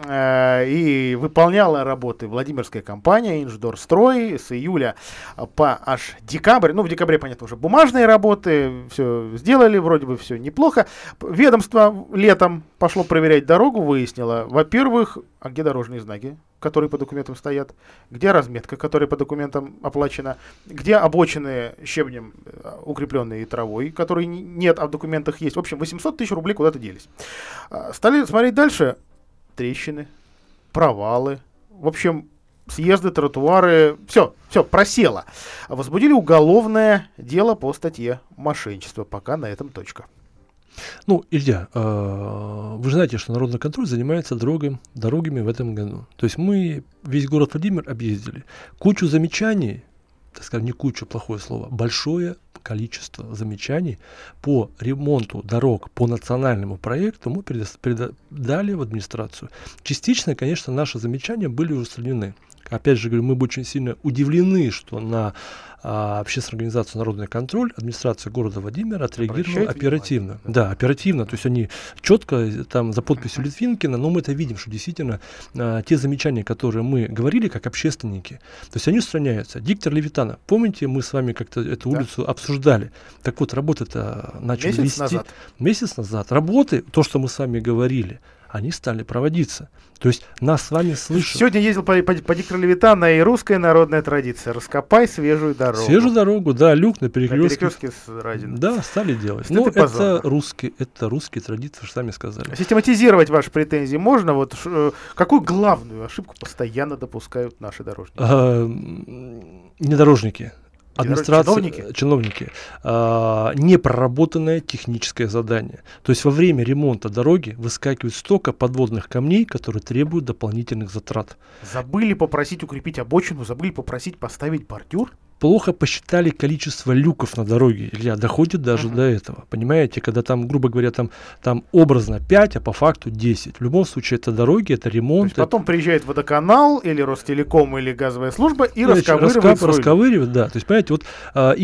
И выполняла работы Владимирская компания Инждорстрой с июля по аж декабрь. В декабре, понятно, уже бумажные работы, все сделали, вроде бы все неплохо. Ведомство летом пошло проверять дорогу, выяснило, во-первых, а где дорожные знаки, которые по документам стоят, где разметка, которая по документам оплачена, где обочины щебнем укрепленные травой, которой нет, а в документах есть. В общем, 800 тысяч рублей куда-то делись. Стали смотреть дальше. Трещины, провалы, в общем, съезды, тротуары, все просело. Возбудили уголовное дело по статье мошенничество. Пока на этом точка. Ну, Илья, вы же знаете, что народный контроль занимается дорогами в этом году. То есть мы весь город Владимир объездили. Кучу замечаний, так скажем, не кучу, плохое слово, большое количество замечаний по ремонту дорог по национальному проекту мы передали в администрацию. Частично, конечно, наши замечания были устранены. Опять же, говорю, мы бы очень сильно удивлены, что на общественную организацию «Народный контроль» администрация города Владимира отреагировала оперативно. Да, оперативно. То есть они четко там за подписью Литвинкина, но мы это видим, что действительно те замечания, которые мы говорили как общественники, то есть они устраняются. Диктор Левитана, помните, мы с вами как-то эту улицу обсуждали. Так вот, работы-то начали вести месяц назад. Работы, то, что мы с вами говорили, они стали проводиться. То есть нас с вами слышат. Сегодня ездил по диктору Левитана, и русская народная традиция. Раскопай свежую дорогу. Свежую дорогу, да, люк на перекрестке. С Радиной. Да, стали делать. Но это русские традиции, вы же сами сказали. Систематизировать ваши претензии можно? Вот какую главную ошибку постоянно допускают наши дорожники? Внедорожники. Администрация, чиновники, непроработанное техническое задание. То есть во время ремонта дороги выскакивает столько подводных камней, которые требуют дополнительных затрат. Забыли попросить укрепить обочину, забыли попросить поставить бордюр? Плохо посчитали количество люков на дороге, Илья, доходит даже до этого. Понимаете, когда там, грубо говоря, там образно 5, а по факту 10. В любом случае, это дороги, это ремонт. То есть потом приезжает водоканал, или Ростелеком, или газовая служба и расковыривает. Да. То есть, понимаете, вот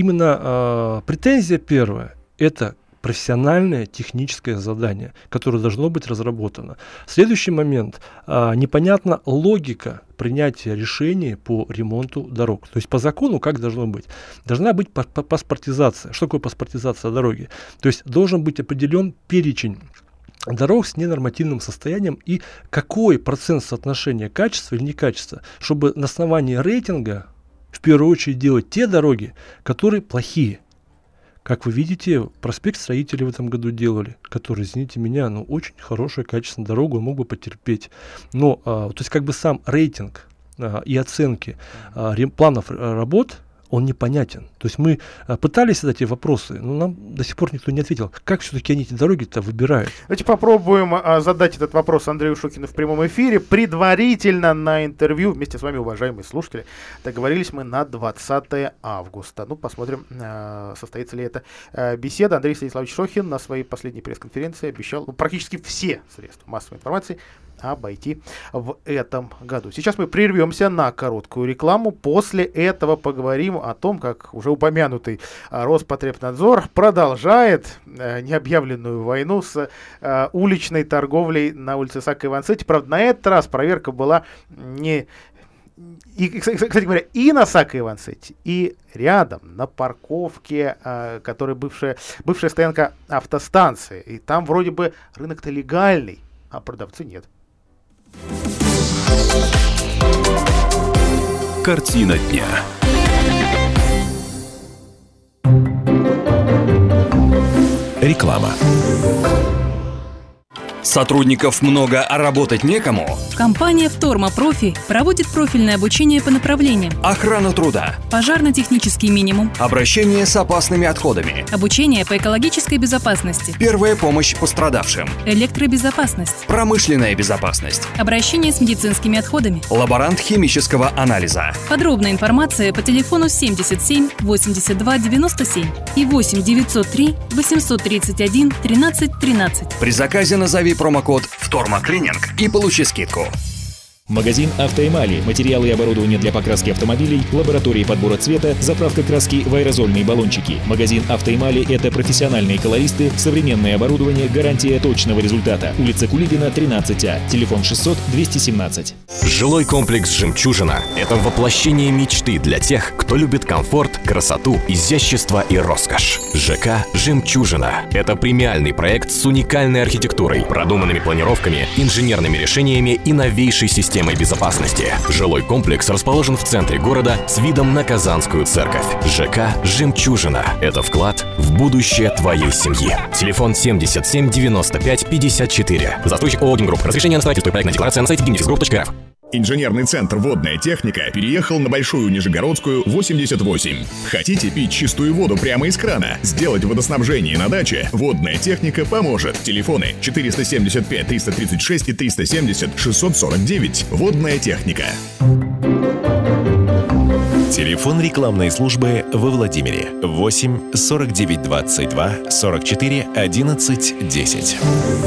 именно претензия первая, это профессиональное техническое задание, которое должно быть разработано. Следующий момент. Непонятна логика принятия решений по ремонту дорог. То есть по закону как должно быть? Должна быть паспортизация. Что такое паспортизация дороги? То есть должен быть определен перечень дорог с ненормативным состоянием и какой процент соотношения качества или некачества, чтобы на основании рейтинга в первую очередь делать те дороги, которые плохие. Как вы видите, проспект Строителей в этом году делали, который, извините меня, очень хорошая, качественная дорога, он мог бы потерпеть. Но, то есть как бы сам рейтинг и оценки планов работ, он непонятен. То есть мы пытались задать эти вопросы, но нам до сих пор никто не ответил, как все-таки они эти дороги-то выбирают. Давайте попробуем задать этот вопрос Андрею Шукину в прямом эфире. Предварительно на интервью вместе с вами, уважаемые слушатели, договорились мы на 20 августа. Посмотрим, состоится ли эта беседа. Андрей Станиславович Шохин на своей последней пресс-конференции обещал практически все средства массовой информации обойти в этом году. Сейчас мы прервемся на короткую рекламу. После этого поговорим о том, как уже упомянутый Роспотребнадзор продолжает необъявленную войну с уличной торговлей на улице Исаака Иванцетти. Правда, на этот раз проверка была не... И, кстати говоря, и на Исаака Иванцетти, и рядом, на парковке, которая бывшая стоянка автостанции. И там вроде бы рынок-то легальный, а продавцы нет. Картина дня. Реклама. Сотрудников много, а работать некому? Компания «Вторма Профи» проводит профильное обучение по направлениям: охрана труда, пожарно-технический минимум, обращение с опасными отходами, обучение по экологической безопасности, первая помощь пострадавшим, электробезопасность, промышленная безопасность, обращение с медицинскими отходами, лаборант химического анализа. Подробная информация по телефону 77 82 97 и 8 903 831 13 13. При заказе назови промокод «Вторма Клининг» и получи скидку. Магазин «Автоэмали». Материалы и оборудование для покраски автомобилей, лаборатории подбора цвета, заправка краски в аэрозольные баллончики. Магазин «Автоэмали» — это профессиональные колористы, современное оборудование, гарантия точного результата. Улица Кулибина, 13А. Телефон 600-217. Жилой комплекс «Жемчужина» — это воплощение мечты для тех, кто любит комфорт, красоту, изящество и роскошь. ЖК «Жемчужина» — это премиальный проект с уникальной архитектурой, продуманными планировками, инженерными решениями и новейшей системой безопасности. Жилой комплекс расположен в центре города с видом на Казанскую церковь. ЖК «Жемчужина» — это вклад в будущее твоей семьи. Телефон 77 95 54. Застройщик ООО «Гимгрупп». Разрешение на строительство и проектная декларация на сайте gimnefisgroup.rf. Инженерный центр «Водная техника» переехал на Большую Нижегородскую, 88. Хотите пить чистую воду прямо из крана? Сделать водоснабжение на даче? «Водная техника» поможет. Телефоны 475 336 и 370 649. «Водная техника». Телефон рекламной службы во Владимире 8 49 22 44 11 10.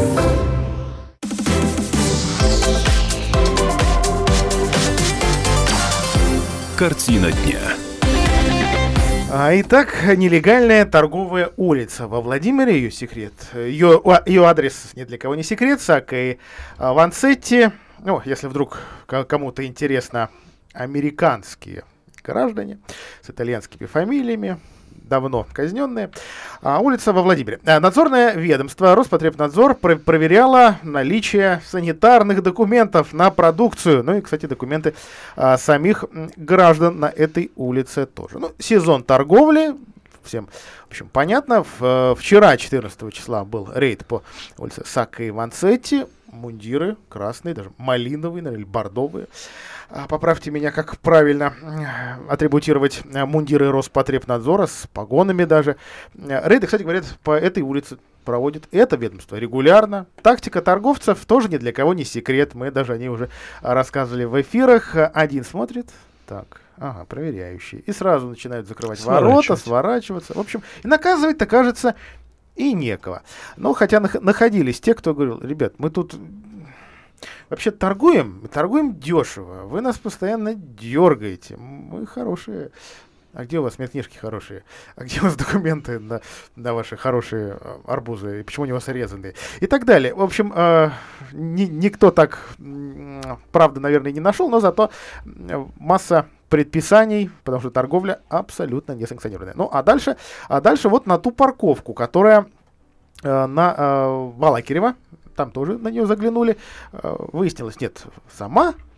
Картина дня. Итак, нелегальная торговая улица во Владимире, ее секрет, ее адрес ни для кого не секрет, Сакко Вансетти. Ну, если вдруг кому-то интересно, американские граждане с итальянскими фамилиями, давно казненные. Улица во Владимире. Надзорное ведомство Роспотребнадзор проверяло наличие санитарных документов на продукцию. Ну и, кстати, документы самих граждан на этой улице тоже. Ну, сезон торговли. Всем, в общем, понятно. Вчера, 14 числа, был рейд по улице Сакко Вансетти. Мундиры красные, даже малиновые, наверное, бордовые. Поправьте меня, как правильно атрибутировать мундиры Роспотребнадзора с погонами даже. Рейды, кстати, говорят, по этой улице проводит это ведомство регулярно. Тактика торговцев тоже ни для кого не секрет. Мы даже о ней уже рассказывали в эфирах. Один смотрит, так, ага, проверяющий. И сразу начинают закрывать ворота, сворачиваться. В общем, и наказывать-то, кажется, и некого. Но хотя находились те, кто говорил: ребят, мы тут вообще торгуем дешево. Вы нас постоянно дергаете. Мы хорошие. А где у вас медкнижки хорошие? А где у вас документы на ваши хорошие арбузы? И почему они у вас резанные? И так далее. В общем, никто так, правда, наверное, не нашел, но зато масса предписаний, потому что торговля абсолютно несанкционированная. Ну, а дальше вот на ту парковку, которая на Балакирева, там тоже на нее заглянули, выяснилось, нет, сам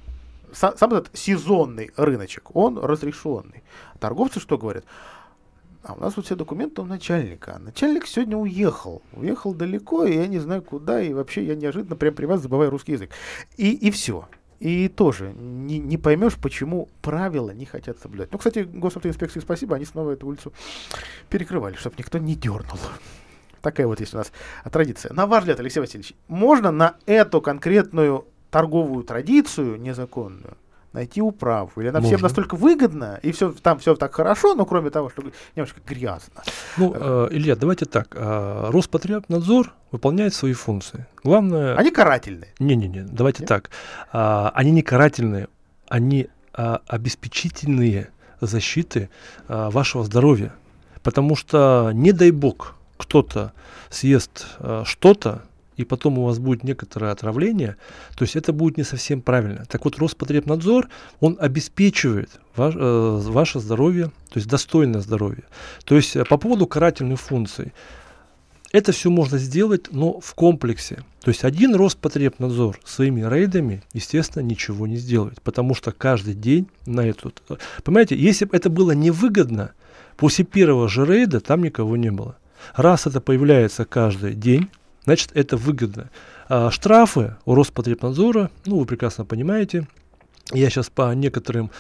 этот сезонный рыночек, он разрешенный. Торговцы что говорят? А у нас вот все документы у начальника. Начальник сегодня уехал далеко, и я не знаю куда, и вообще я неожиданно прям при вас забываю русский язык. И все. И тоже не поймешь, почему правила не хотят соблюдать. Ну, кстати, госавтоинспекции спасибо, они снова эту улицу перекрывали, чтобы никто не дернул. Такая вот есть у нас традиция. На ваш взгляд, Алексей Васильевич, можно на эту конкретную торговую традицию незаконную найти управу? Или она всем настолько выгодна, и там все так хорошо, но кроме того, что немножко грязно? Ну, Илья, давайте так. Роспотребнадзор выполняет свои функции. Главное... Они карательные. Не-не-не, давайте так. Они не карательные, они обеспечительные защиты вашего здоровья. Потому что, не дай бог, кто-то съест что-то, и потом у вас будет некоторое отравление, то есть это будет не совсем правильно. Так вот, Роспотребнадзор, он обеспечивает ваше здоровье, то есть достойное здоровье. То есть по поводу карательных функций, это все можно сделать, но в комплексе. То есть один Роспотребнадзор своими рейдами, естественно, ничего не сделает, потому что каждый день на этот... Понимаете, если бы это было невыгодно, после первого же рейда там никого не было. Раз это появляется каждый день, значит, это выгодно. Штрафы у Роспотребнадзора, ну, вы прекрасно понимаете, я сейчас по некоторым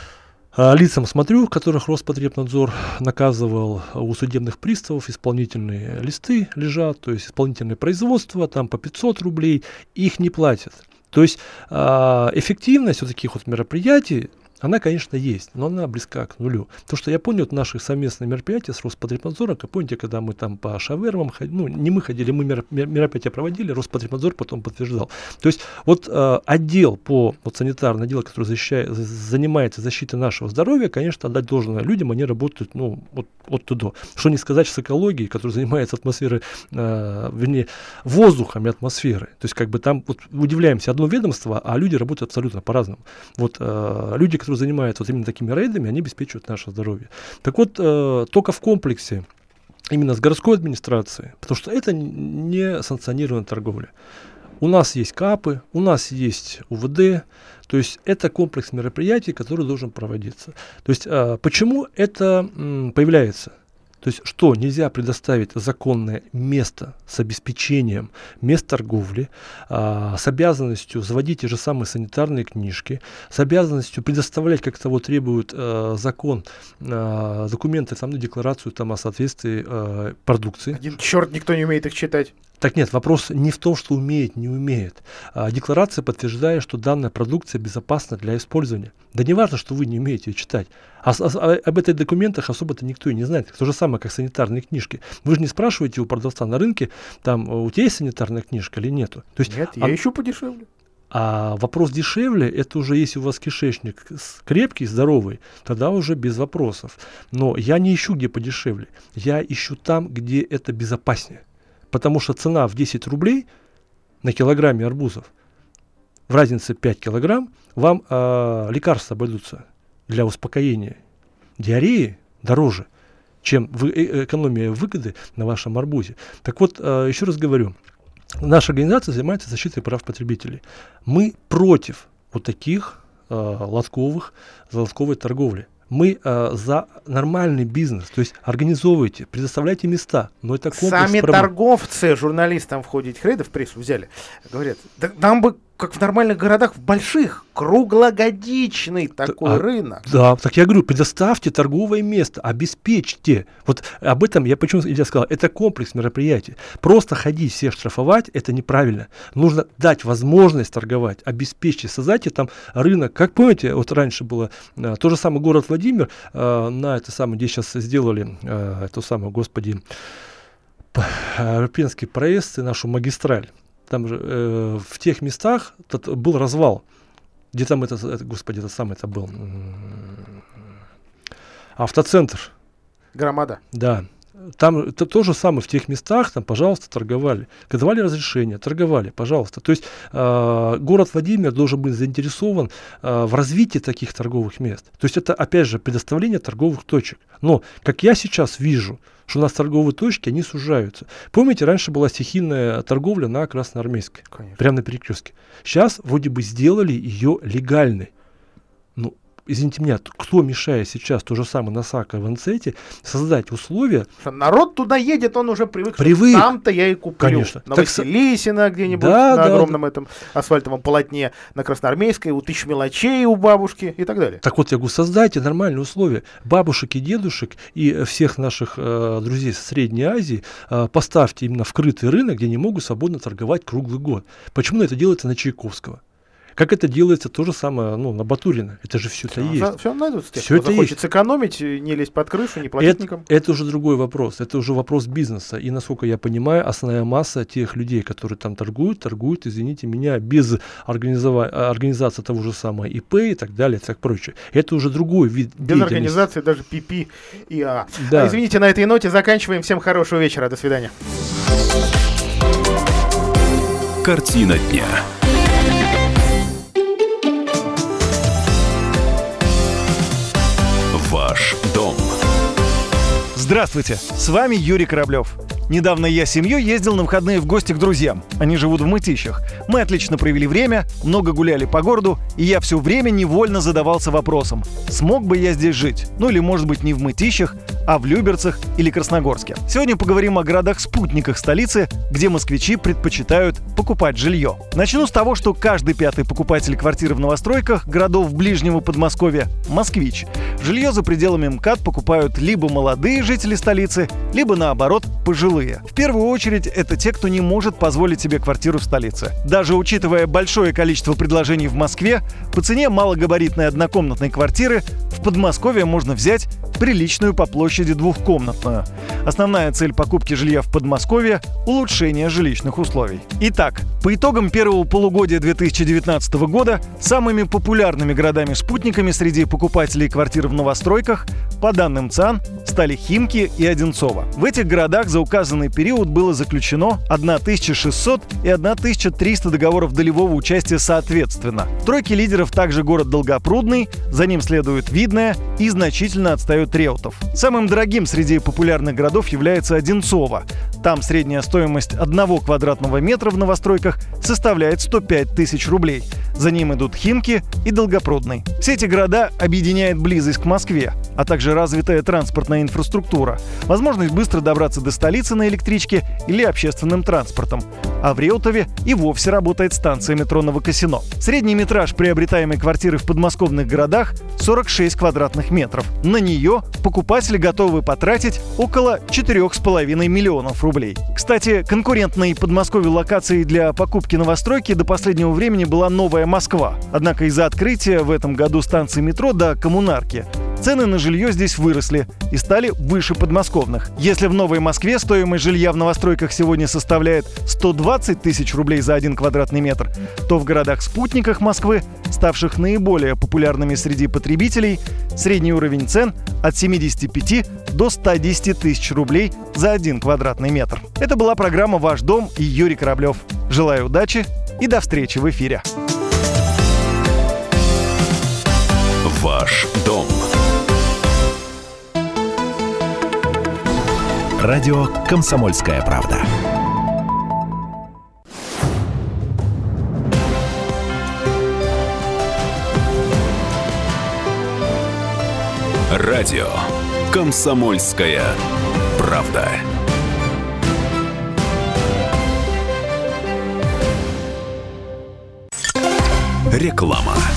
лицам смотрю, которых Роспотребнадзор наказывал, у судебных приставов исполнительные листы лежат, то есть исполнительное производство, там по 500 рублей, их не платят. То есть эффективность вот таких вот мероприятий, она, конечно, есть, но она близка к нулю. Потому что я помню вот наши совместные мероприятия с Роспотребнадзором, помните, когда мы там по шавермам ходили, ну, не мы ходили, мы мероприятия проводили, Роспотребнадзор потом подтверждал. То есть вот отдел санитарный отдел, который занимается защитой нашего здоровья, конечно, отдать должное людям, они работают, ну, от туда. Что не сказать с экологией, которая занимается атмосферой, вернее, воздухом и атмосферой. То есть как бы там, вот, удивляемся, одно ведомство, а люди работают абсолютно по-разному. Вот люди, которые занимаются вот именно такими рейдами, они обеспечивают наше здоровье. Так вот, только в комплексе именно с городской администрацией, потому что это не санкционированная торговля. У нас есть КАПы, у нас есть УВД, то есть это комплекс мероприятий, который должен проводиться. То есть почему это появляется? То есть, что нельзя предоставить законное место с обеспечением мест торговли, с обязанностью заводить те же самые санитарные книжки, с обязанностью предоставлять, как того требует закон, документы, там, декларацию там, о соответствии продукции. Один черт, никто не умеет их читать. Так нет, вопрос не в том, что умеет, не умеет. Декларация подтверждает, что данная продукция безопасна для использования. Да не важно, что вы не умеете ее читать. Об этих документах особо-то никто и не знает. То же самое, как санитарные книжки. Вы же не спрашиваете у продавца на рынке, там, у тебя есть санитарная книжка или нету? То есть, нет, я ищу подешевле. А вопрос дешевле, это уже если у вас кишечник крепкий, здоровый, тогда уже без вопросов. Но я не ищу, где подешевле. Я ищу там, где это безопаснее. Потому что цена в 10 рублей на килограмме арбузов, в разнице 5 килограмм, вам лекарства обойдутся для успокоения диареи дороже, чем экономия выгоды на вашем арбузе. Так вот, еще раз говорю, наша организация занимается защитой прав потребителей. Мы против вот таких лотковой торговли. Мы за нормальный бизнес, то есть организовывайте, предоставляйте места, но это комплекс Сами проблем. Торговцы, журналистам в ходе этих рейдов, прессу взяли, говорят, да, нам бы, как в нормальных городах, в больших, круглогодичный такой рынок. Да, так я говорю, предоставьте торговое место, обеспечьте. Вот об этом я почему я сказал, это комплекс мероприятий. Просто ходить, всех штрафовать, это неправильно. Нужно дать возможность торговать, обеспечьте, создайте там рынок. Как помните, вот раньше было то же самое город Владимир, на это самое, где сейчас сделали эту самую, господи, Рупинский проезд и нашу магистраль. Там же в тех местах был развал. Где там это был? Автоцентр. Громада. Да. Там то же самое в тех местах, там, пожалуйста, торговали. Давали разрешение, торговали, пожалуйста. То есть город Владимир должен быть заинтересован в развитии таких торговых мест. То есть это, опять же, предоставление торговых точек. Но, как я сейчас вижу, что у нас торговые точки, они сужаются. Помните, раньше была стихийная торговля на Красноармейской, прямо на перекрестке. Сейчас вроде бы сделали ее легальной. Ну, извините меня, кто мешает сейчас то же самое на Саково, в Анцете создать условия? Народ туда едет, он уже привык. Там-то я и куплю. Конечно. На Василисина где-нибудь, на огромном этом асфальтовом полотне, на Красноармейской, у Тысяч мелочей у бабушки и так далее. Так вот, я говорю, создайте нормальные условия. Бабушек и дедушек и всех наших друзей с Средней Азии поставьте именно вкрытый рынок, где они могут свободно торговать круглый год. Почему это делается на Чайковского? Как это делается то же самое, на Батурина. Это же все это есть. Все найдутся те, кто захочет сэкономить, не лезть под крышу, не платить никому. Это уже другой вопрос. Это уже вопрос бизнеса. И, насколько я понимаю, основная масса тех людей, которые там торгуют, извините меня, без организации того же самого ИП и так далее, и так прочее. Это уже другой вид без организации даже ПП и АА. Да. Извините, на этой ноте заканчиваем. Всем хорошего вечера. До свидания. Картина дня. Ваш дом. Здравствуйте, с вами Юрий Кораблев. Недавно я с семьей ездил на выходные в гости к друзьям. Они живут в Мытищах. Мы отлично провели время, много гуляли по городу, и я все время невольно задавался вопросом, смог бы я здесь жить? Ну или, может быть, не в Мытищах, а в Люберцах или Красногорске. Сегодня поговорим о городах-спутниках столицы, где москвичи предпочитают покупать жилье. Начну с того, что каждый пятый покупатель квартиры в новостройках городов ближнего Подмосковья – москвич. Жилье за пределами МКАД покупают либо молодые жители столицы, либо, наоборот, пожилые. В первую очередь, это те, кто не может позволить себе квартиру в столице. Даже учитывая большое количество предложений в Москве, по цене малогабаритной однокомнатной квартиры в Подмосковье можно взять приличную по площади двухкомнатную. Основная цель покупки жилья в Подмосковье – улучшение жилищных условий. Итак, по итогам первого полугодия 2019 года самыми популярными городами-спутниками среди покупателей квартир в новостройках, по данным ЦАН, стали Химки и Одинцово. В этих городах за указанный период было заключено 1600 и 1300 договоров долевого участия соответственно. В тройке лидеров также город Долгопрудный, за ним следует Видное и значительно отстает Реутов. Самым дорогим среди популярных городов является Одинцово. Там средняя стоимость 1 квадратного метра в новостройках составляет 105 тысяч рублей. За ним идут Химки и Долгопрудный. Все эти города объединяет близость к Москве. а также развитая транспортная инфраструктура, возможность быстро добраться до столицы на электричке или общественным транспортом. А в Реутове и вовсе работает станция метро Новокосино. Средний метраж приобретаемой квартиры в подмосковных городах – 46 квадратных метров. На нее покупатели готовы потратить около 4,5 миллионов рублей. Кстати, конкурентной Подмосковью локацией для покупки новостройки до последнего времени была Новая Москва. Однако из-за открытия в этом году станции метро до Коммунарки цены на жилье здесь выросли и стали выше подмосковных. Если в Новой Москве стоимость жилья в новостройках сегодня составляет 120 тысяч рублей за 1 квадратный метр, то в городах-спутниках Москвы, ставших наиболее популярными среди потребителей, средний уровень цен от 75 до 110 тысяч рублей за 1 квадратный метр. Это была программа «Ваш дом» и Юрий Кораблев. Желаю удачи и до встречи в эфире. Ваш дом. Радио «Комсомольская правда». Радио «Комсомольская правда». Реклама.